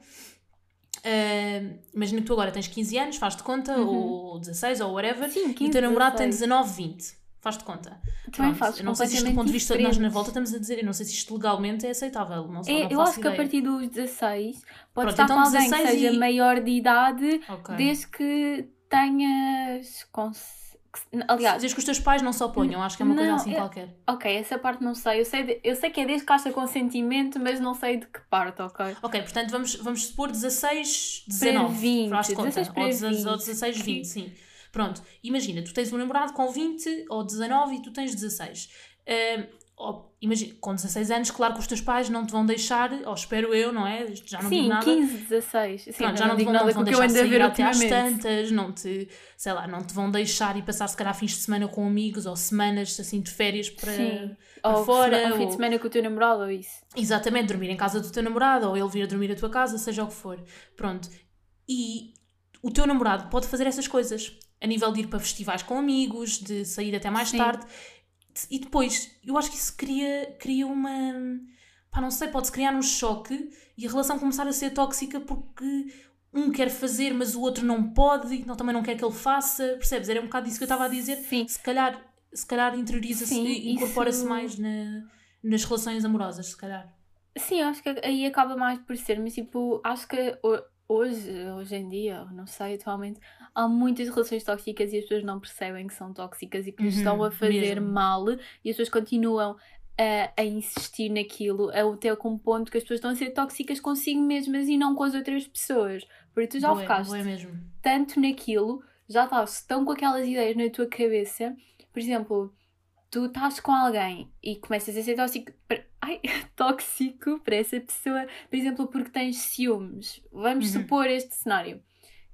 um, imagina que tu agora tens quinze anos, faz-te conta, Uhum. ou dezasseis, ou whatever, Sim, e o quinze, teu namorado tem dezasseis. dezanove, vinte. Faz-te conta. Também Pronto, fazes eu não sei se isto do completamente ponto de vista de nós na diferentes. volta estamos a dizer, eu não sei se isto legalmente é aceitável. Não, sei, É, não eu faço acho que a ideia. partir dos dezasseis Pronto, pode estar então com alguém que dezasseis seja e- maior de idade, Ok. desde que tenhas. Cons... que- Aliás, Desde que os teus pais não se oponham, acho que é uma coisa Não, assim eu- qualquer. ok, essa parte não sei. Eu sei, de- eu sei que é desde que haja consentimento, mas não sei de que parte, ok? Ok, portanto vamos, vamos supor dezasseis, dezanove. vinte, faz de conta. dezasseis para ou dezasseis, ou vinte. dezasseis, vinte, sim. Pronto, imagina, tu tens um namorado com vinte ou dezanove e tu tens dezasseis. Ahm, ou, imagina, com dezasseis anos, claro que os teus pais não te vão deixar, ou espero eu, não é? Isto já não digo Sim, nada. quinze, dezasseis. Sim, Pronto, eu já não, te digo vão, não nada te vão com o que eu deixar ando a sair ver até às ultimamente. tantas, não te, sei lá, não te vão deixar ir passar se calhar fins de semana com amigos ou semanas assim de férias para, Sim. para Ou fora. um fim ou- de semana com o teu namorado ou isso. Exatamente, dormir em casa do teu namorado ou ele vir a dormir à tua casa, seja o que for. Pronto. E o teu namorado pode fazer essas coisas. A nível de ir para festivais com amigos, de sair até mais Sim. tarde. E depois, eu acho que isso cria, cria uma... Pá, não sei, pode-se criar um choque e a relação começar a ser tóxica porque um quer fazer, mas o outro não pode e não, também não quer que ele faça. Percebes? Era um bocado disso que eu estava a dizer. Sim. Se calhar, se calhar interioriza-se Sim, e incorpora-se isso- mais na, nas relações amorosas, se calhar. Sim, acho que aí acaba mais por ser, mas tipo, acho que ho- hoje, hoje em dia, não sei, atualmente, há muitas relações tóxicas e as pessoas não percebem que são tóxicas e que lhes Uhum, estão a fazer mesmo. mal e as pessoas continuam a, a insistir naquilo até com um ponto que as pessoas estão a ser tóxicas consigo mesmas e não com as outras pessoas. Porque tu já Bué, ficaste bué mesmo. tanto naquilo, já estás tão com aquelas ideias na tua cabeça, por exemplo, tu estás com alguém e começas a ser tóxico para, ai, tóxico para essa pessoa, por exemplo, porque tens ciúmes. Vamos Uhum. supor este cenário.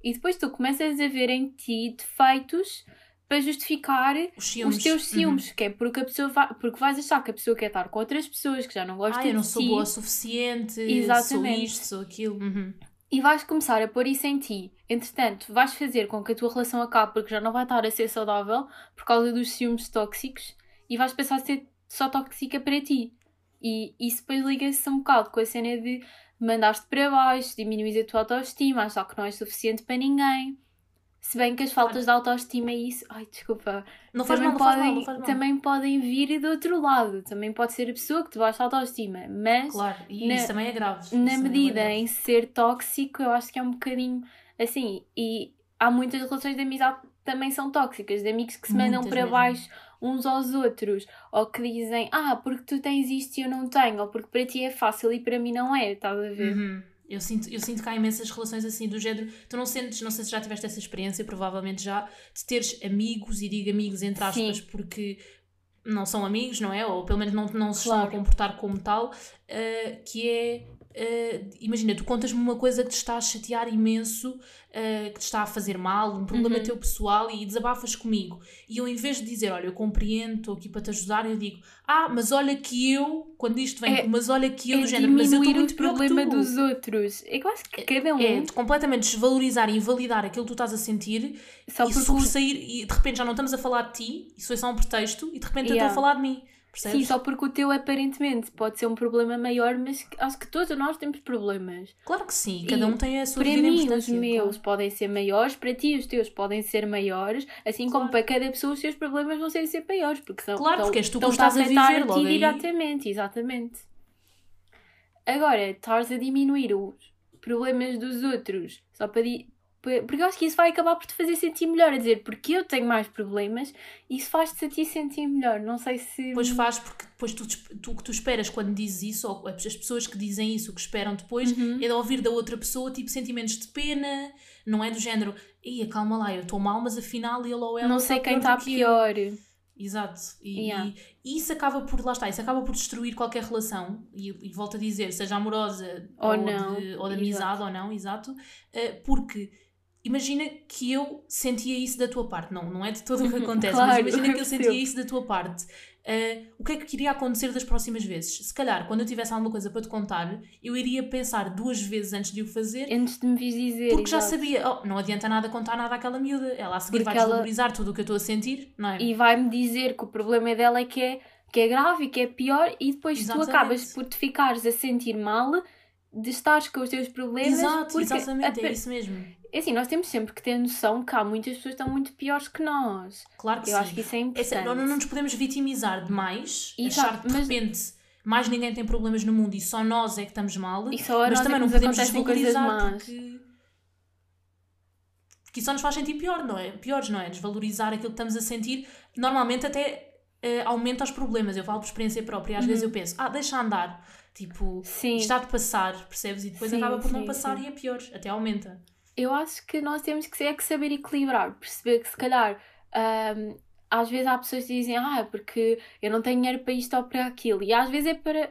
E depois tu começas a ver em ti defeitos para justificar os, ciúmes. os teus ciúmes, uhum. que é porque a pessoa vai, porque vais achar que a pessoa quer estar com outras pessoas que já não gostam de ti. Ah, eu não sou boa o suficiente, Exatamente. sou isto, sou aquilo. Uhum. E vais começar a pôr isso em ti. Entretanto, vais fazer com que a tua relação acabe porque já não vai estar a ser saudável por causa dos ciúmes tóxicos e vais passar a ser só tóxica para ti. E isso depois liga-se um bocado com a cena de mandaste para baixo, diminuís a tua autoestima, achar que não és suficiente para ninguém. Se bem que as faltas de autoestima e isso... Ai, desculpa. Não faz também mal, não podem, faz mal, não faz mal. Também podem vir do outro lado. Também pode ser a pessoa que te baixa a autoestima. Mas... Claro, e na, isso também é grave. Na isso medida é em ser tóxico, eu acho que é um bocadinho assim. E há muitas relações de amizade que também são tóxicas. De amigos que se mandam Muitas para mesmo. baixo uns aos outros. Ou que dizem, ah, porque tu tens isto e eu não tenho. Ou porque para ti é fácil e para mim não é. Estás a ver? Uhum. Eu sinto, eu sinto que há imensas relações assim do género. Tu não sentes, não sei se já tiveste essa experiência, provavelmente já, de teres amigos, e digo amigos entre aspas, Sim. porque não são amigos, não é? Ou pelo menos não, não se claro. estão a comportar como tal, uh, que é, uh, imagina, tu contas-me uma coisa que te está a chatear imenso, uh, que te está a fazer mal, um problema uhum. teu pessoal, e desabafas comigo. E eu, em vez de dizer, olha, eu compreendo, estou aqui para te ajudar, eu digo, ah, mas olha que eu, quando isto vem, é, mas olha que eu, é do género, mas eu estou muito o problema dos outros. É que eu acho que cada um... É, é completamente desvalorizar e invalidar aquilo que tu estás a sentir só e sobressair, e de repente já não estamos a falar de ti, isso foi só um pretexto, e de repente yeah. eu estou a falar de mim. Percebes? Sim, só porque o teu aparentemente pode ser um problema maior, mas acho que todos nós temos problemas. Claro que sim, cada um tem a sua para devida mim, importância. Os meus claro. podem ser maiores, para ti os teus podem ser maiores, assim claro. como para cada pessoa os seus problemas vão ser, ser maiores. Porque são, claro, estão, porque és tu que estás a viver a logo aí. Exatamente, exatamente. Agora, estás a diminuir os problemas dos outros só para... Di- Porque eu acho que isso vai acabar por te fazer sentir melhor, a dizer, porque eu tenho mais problemas, isso faz-te a ti sentir melhor, não sei se... Pois faz, porque depois tu, tu, o que tu esperas quando dizes isso, ou as pessoas que dizem isso, o que esperam depois, uhum. é de ouvir da outra pessoa, tipo, sentimentos de pena, não é do género, ia, calma lá, eu estou mal, mas afinal ele ou ela não sei quem está pior. Eu. Exato, e, yeah. e, e isso acaba por, lá está, isso acaba por destruir qualquer relação, e, e volto a dizer, seja amorosa ou, ou, não. De, ou de amizade ou não, exato, uh, porque... Imagina que eu sentia isso da tua parte. Não, não é de todo o que acontece, claro, mas imagina que eu sentia isso da tua parte. Uh, o que é que iria acontecer das próximas vezes? Se calhar, quando eu tivesse alguma coisa para te contar, eu iria pensar duas vezes antes de o fazer. Antes de me vis dizer. Porque exato. já sabia, oh, não adianta nada contar nada àquela miúda. Ela a seguir porque vai desvalorizar ela... tudo o que eu estou a sentir, não é? E vai-me dizer que o problema dela é que é, que é grave e que é pior, e depois exatamente. Tu acabas por te ficares a sentir mal de estares com os teus problemas. Exato, exatamente, a... é isso mesmo. É assim, nós temos sempre que ter noção que há muitas pessoas que estão muito piores que nós. Claro que Eu sim. acho que isso é importante. Essa, não, não nos podemos vitimizar demais, exato, achar que de mas... repente mais ninguém tem problemas no mundo e só nós é que estamos mal, e só mas nós também é não que podemos desvalorizar porque... porque isso só nos faz sentir pior, não é? Piores, não é? Desvalorizar aquilo que estamos a sentir, normalmente até uh, aumenta os problemas. Eu falo por experiência própria, às uhum. vezes eu penso, ah, deixa andar, tipo, sim. está de passar, percebes? E depois sim, acaba por sim, não passar sim. e é pior, até aumenta. Eu acho que nós temos que, é que saber equilibrar, perceber que se calhar um, às vezes há pessoas que dizem, ah, porque eu não tenho dinheiro para isto ou para aquilo, e às vezes é para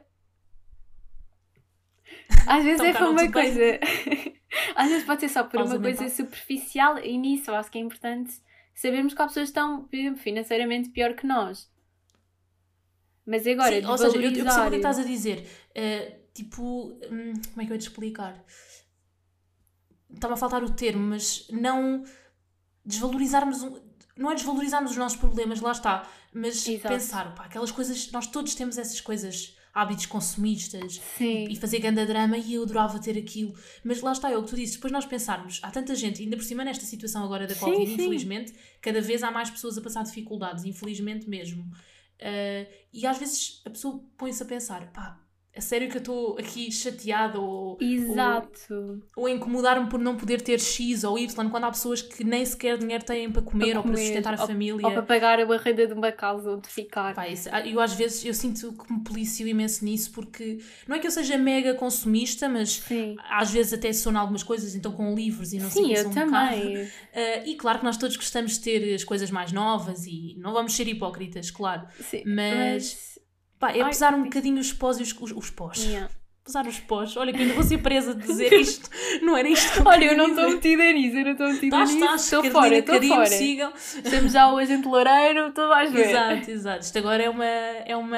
às vezes é para uma coisa às vezes pode ser só por Pausa uma mental. Coisa superficial, e nisso eu acho que é importante sabermos que há pessoas que estão financeiramente pior que nós. Mas agora, sim, ou seja, eu, eu percebo o que estás a dizer, uh, tipo, hum, como é que eu ia te explicar? Estava a faltar o termo, mas não desvalorizarmos, não é desvalorizarmos os nossos problemas, lá está, mas exato. Pensar, pá, aquelas coisas, nós todos temos essas coisas, hábitos consumistas sim. e, e fazer grande drama, e eu adorava ter aquilo, mas lá está, é o que tu dizes, depois nós pensarmos, há tanta gente, ainda por cima nesta situação agora da Covid, sim, infelizmente, sim. cada vez há mais pessoas a passar dificuldades, infelizmente mesmo, uh, e às vezes a pessoa põe-se a pensar, pá, é sério que eu estou aqui chateada ou, exato. ou, ou incomodar-me por não poder ter X ou Y, quando há pessoas que nem sequer dinheiro têm para comer, para ou comer, para sustentar a ou, família. Ou para pagar a renda de uma casa onde ficar. Pá, isso, eu às vezes eu sinto que me policio imenso nisso, porque não é que eu seja mega consumista, mas sim. às vezes até sou em algumas coisas, então com livros e não sim, sei o que eu sou um também. Uh, e claro que nós todos gostamos de ter as coisas mais novas e não vamos ser hipócritas, claro. Sim, mas... mas... Pá, é pesar um bocadinho os pós e os, os, os pós. Yeah. usar os pós. Olha que eu ainda vou ser presa de dizer isto. Não era isto que eu Olha, eu não queria estou dizer. metida nisso, eu não estou metida Estás, nisso. estás, Estou Carolina fora, estou Carinho, fora. sigam. Temos já o agente Loureiro, tu vais ver. Exato, exato. Isto agora é uma, é uma,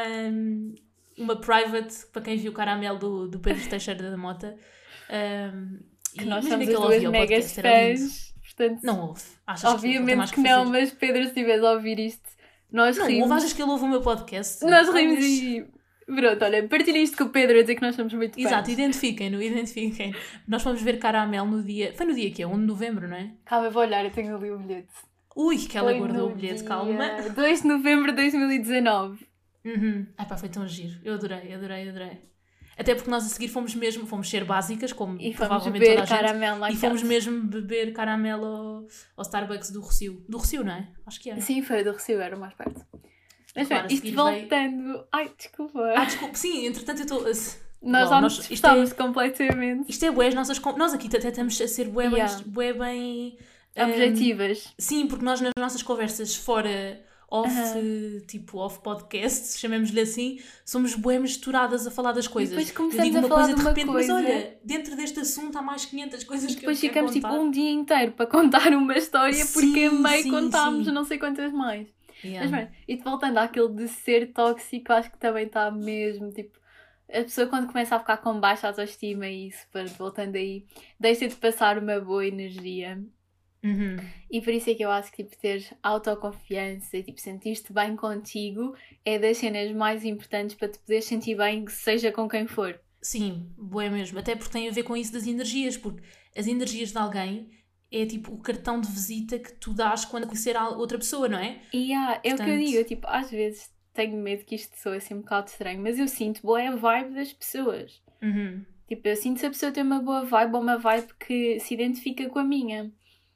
uma private, para quem viu o caramelo do, do Pedro Teixeira da Mota. Um, Que e nós imagina somos que as ele duas ouvia o megas podcast, era lindo. fãs. Portanto, Não ouve. Achas obviamente que, que, que não, fazer? mas Pedro, se estiveres a ouvir isto, nós Não, rimos. ouve, achas que ele ouve o meu podcast? Nós Ai, rimos mas- e... Pronto, olha, partilha isto com o Pedro a dizer que nós somos muito fãs. Exato, identifiquem-no, identifiquem. Nós fomos ver Caramelo no dia... Foi no dia que é? um de novembro, não é? Calma, eu vou olhar, eu tenho ali o bilhete. Ui, que ela Foi guardou no o bilhete, dia calma. dois de novembro de dois mil e dezanove. Uhum. Ai pá, foi tão giro. Eu adorei, adorei, adorei. Até porque nós a seguir fomos mesmo, fomos ser básicas, como E fomos provavelmente beber toda a gente. caramelo lá E em fomos casa. mesmo beber caramelo ao, ao Starbucks do Rocio. Do Rocio, não é? Acho que é. Sim, foi o do Recife, era o mais perto. Mas Claro, a bem, isto seguir veio- voltando... Ai, desculpa. Ah, desculpa. Sim, entretanto eu estou... nós Bom, já nós- nos isto despistamos é- completamente. Isto é bué, as nossas... con- Nós aqui até estamos a ser bué bem... Yeah. bué bem hum, Objetivas. sim, porque nós nas nossas conversas fora... Off, tipo, off podcast, chamemos-lhe assim, somos bué misturadas a falar das coisas. depois Eu começamos digo a uma falar coisa de de uma repente, coisa. mas olha, dentro deste assunto há mais quinhentas coisas que Depois eu quero ficamos tipo contar. um dia inteiro para contar uma história porque Sim, a meio sim, contámos sim. não sei quantas mais. Yeah. Mas bem, e voltando àquele de ser tóxico, acho que também está mesmo, tipo, a pessoa quando começa a ficar com baixa autoestima e isso, pronto, voltando aí, deixa de passar uma boa energia. Uhum. E por isso é que eu acho que tipo, ter autoconfiança e tipo, sentir-te bem contigo é das cenas mais importantes para te poderes sentir bem, seja com quem for. Sim, bué mesmo. Até porque tem a ver com isso das energias, porque as energias de alguém é tipo o cartão de visita que tu dás quando conhecer a outra pessoa, não é? E ah, é o que eu Portanto- digo, eu, tipo, às vezes tenho medo que isto soe assim um bocado estranho, mas eu sinto boa a vibe das pessoas. Uhum. Tipo, eu sinto se a pessoa tem uma boa vibe ou uma vibe que se identifica com a minha.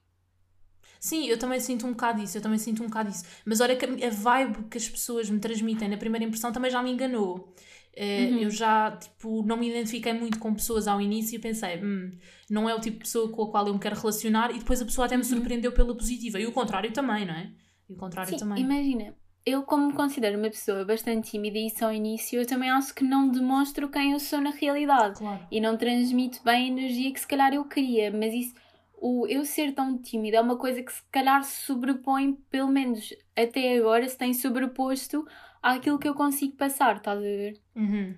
Sim, eu também sinto um bocado isso, eu também sinto um bocado isso. Mas olha que a a vibe que as pessoas me transmitem na primeira impressão também já me enganou. Eh, Uhum. Eu já, tipo, não me identifiquei muito com pessoas ao início e pensei, hum, não é o tipo de pessoa com a qual eu me quero relacionar, e depois a pessoa até me surpreendeu pela positiva. E o contrário também, não é? E o contrário Sim, também. imagina, eu como me considero uma pessoa bastante tímida e isso ao início, eu também acho que não demonstro quem eu sou na realidade. Claro. E não transmito bem a energia que se calhar eu queria, mas isso, o eu ser tão tímida é uma coisa que se calhar se sobrepõe, pelo menos até agora, se tem sobreposto àquilo que eu consigo passar, estás a ver? Uhum.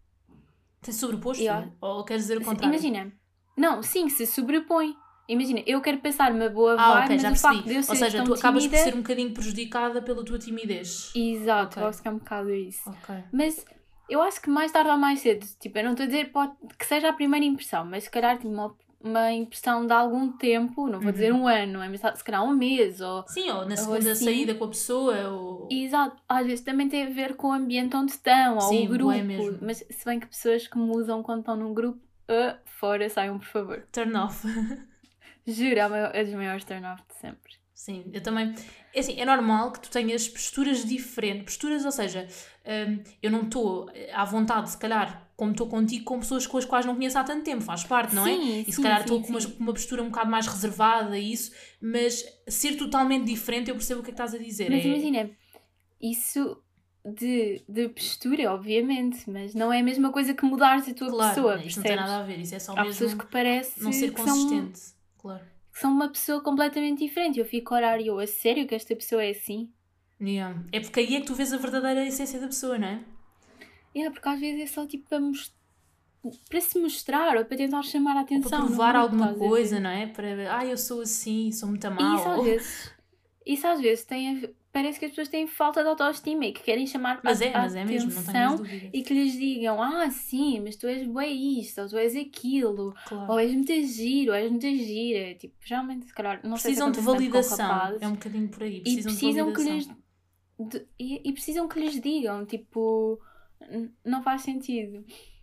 Tem sobreposto? Yeah. Ou queres dizer o contrário? Imagina, não, sim, se sobrepõe. Imagina, eu quero passar uma boa Ah, vibe, ok, mas já o facto percebi. de eu ser Ou seja, tão tu acabas tímida... por ser um bocadinho prejudicada pela tua timidez. Exato, Ok. eu acho que é um bocado isso. Ok. Mas eu acho que mais tarde ou mais cedo, tipo, eu não estou a dizer pode, que seja a primeira impressão, mas se calhar tipo, uma, uma impressão de algum tempo, não vou Uhum. dizer um ano, não é? Mas se calhar um mês ou... Sim, ou na Ou segunda assim. saída com a pessoa, ou... Exato, às vezes também tem a ver com o ambiente onde estão, ou Sim, o grupo. bué mesmo. Mas se bem que pessoas que mudam quando estão num grupo, ah, fora, saiam por favor. Turn off. Juro, é o maior- é dos maiores turn-off de sempre. Sim, eu também... É assim, é normal que tu tenhas posturas diferentes. Posturas, ou seja, hum, eu não estou à vontade, se calhar, como estou contigo, com pessoas com as quais não conheço há tanto tempo, faz parte, não é? Sim, E se sim, calhar sim, estou com uma, sim. com uma postura um bocado mais reservada e isso, mas ser totalmente diferente, eu percebo o que é que estás a dizer. Mas é... imagina, isso de, de postura, obviamente, mas não é a mesma coisa que mudares a tua Claro, pessoa, isto não tem percebes? nada a ver, isso é só Há mesmo pessoas que parece não ser que são, consistente. Claro. que são uma pessoa completamente diferente. Eu fico a olhar e eu, a sério que esta pessoa é assim? Yeah. É porque aí é que tu vês a verdadeira essência da pessoa, não é? É, porque às vezes é só tipo para, most... para se mostrar ou para tentar chamar a Ou atenção. para no provar grupo, alguma estás a ver? coisa, não é? Para, ah, eu sou assim, sou muito E mal. isso às vezes, isso às vezes tem a ver- parece que as pessoas têm falta de autoestima e que querem chamar Mas a, é, a mas é mesmo, não tenho atenção dúvidas. e que lhes digam, ah, sim, mas tu és bué isto, ou tu és aquilo, Claro. ou és muito giro, ou és muito gira. Tipo, geralmente, se calhar, não Precisam sei de se acontece tanto com validação. rapazes, É um bocadinho por aí. e Precisam, precisam de que validação. lhes de- e, e precisam que lhes digam, tipo, n- não faz sentido.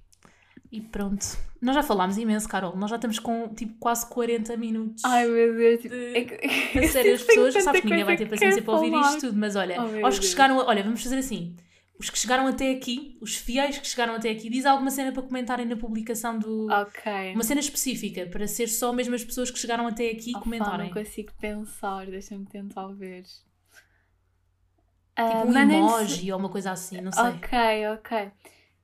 E pronto. Nós já falámos imenso, Carol. Nós já estamos com tipo quase quarenta minutos. Ai meu Deus, tipo, De- é que, A sério, as eu tenho pessoas, tanta sabes que ninguém vai ter coisa que paciência quero para ouvir falar. isto tudo, mas olha, Oh, meu aos que Deus. chegaram, a- olha, vamos fazer assim. Os que chegaram até aqui, os fiéis que chegaram até aqui, diz alguma cena para comentarem na publicação do. Ok. Uma cena específica, para ser só mesmo as pessoas que chegaram até aqui Oh, pá, comentarem. não consigo pensar, deixa-me tentar ver. Tipo Ah, um mandem-nos- emoji ou uma coisa assim, não sei. Ok, ok.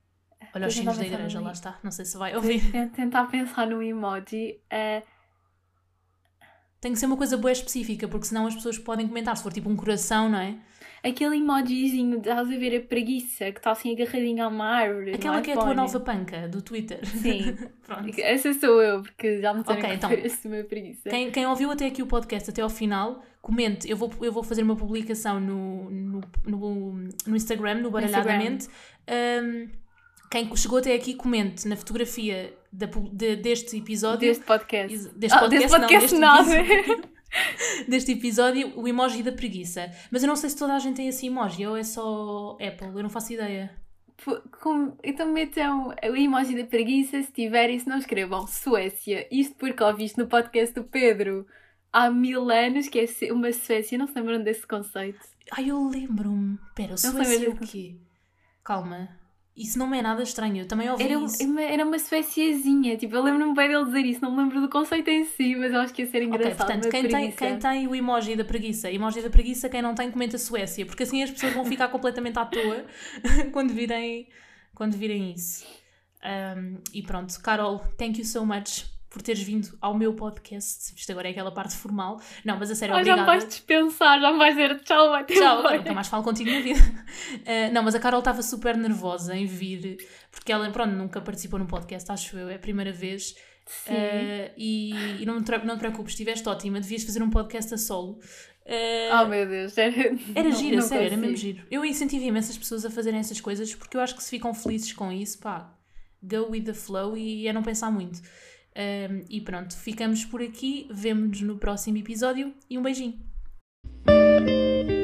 Olha os sinos da igreja, lá está. Não sei se vai ouvir. Tentar pensar no emoji. Uh... Tem que ser uma coisa boa específica, porque senão as pessoas podem comentar. Se for tipo um coração, não é? Aquele emojizinho, estás a ver a preguiça, que está assim agarradinha a uma árvore. Aquela que é a tua nova panca do Twitter. Sim. Pronto. Essa sou eu, porque já me tenho okay, que então, esse meu preguiça. Quem, quem ouviu até aqui o podcast, até ao final, comente. Eu vou, eu vou fazer uma publicação no, no, no, no Instagram, no Baralhadamente. Um, quem chegou até aqui, comente na fotografia da, de, deste episódio. Deste podcast. Deste podcast, oh, deste podcast não. Deste, não. Episódio, deste episódio, o emoji da preguiça. Mas eu não sei se toda a gente tem esse emoji ou é só Apple, eu não faço ideia. Como, então metam o emoji da preguiça, se tiverem, se não escrevam Suécia. Isto porque ouviste no podcast do Pedro há mil anos, que é uma Suécia. Não se lembram desse conceito? Ai, eu lembro-me. Espera, Suécia é o quê? Calma. Isso não me é nada estranho, eu também ouvi era, isso. Uma, era uma Suéciazinha, tipo, eu lembro-me bem dele dizer isso, não me lembro do conceito em si, mas eu acho que ia ser engraçado. Ok, portanto, quem tem, quem tem o emoji da preguiça, emoji da preguiça, quem não tem, comenta Suécia, porque assim as pessoas vão ficar completamente à toa quando virem, quando virem isso. Um, e pronto, Carol, thank you so much por teres vindo ao meu podcast. Isto agora é aquela parte formal. Não, mas a sério, oh, obrigada. Já me vais dispensar, já me vais dizer tchau, vai ter Tchau, nunca mais falo contigo na vida. Uh, não, mas a Carol estava super nervosa em vir, porque ela, pronto, nunca participou num podcast, acho eu, é a primeira vez. Sim. Uh, e e não, te, não te preocupes, estiveste ótima, devias fazer um podcast a solo. Uh, oh meu Deus, era, era giro, não, sério, não era mesmo giro. Eu incentivo imensas pessoas a fazerem essas coisas, porque eu acho que se ficam felizes com isso, pá, go with the flow e é não pensar muito. Um, e pronto, ficamos por aqui, vemo-nos no próximo episódio e um beijinho.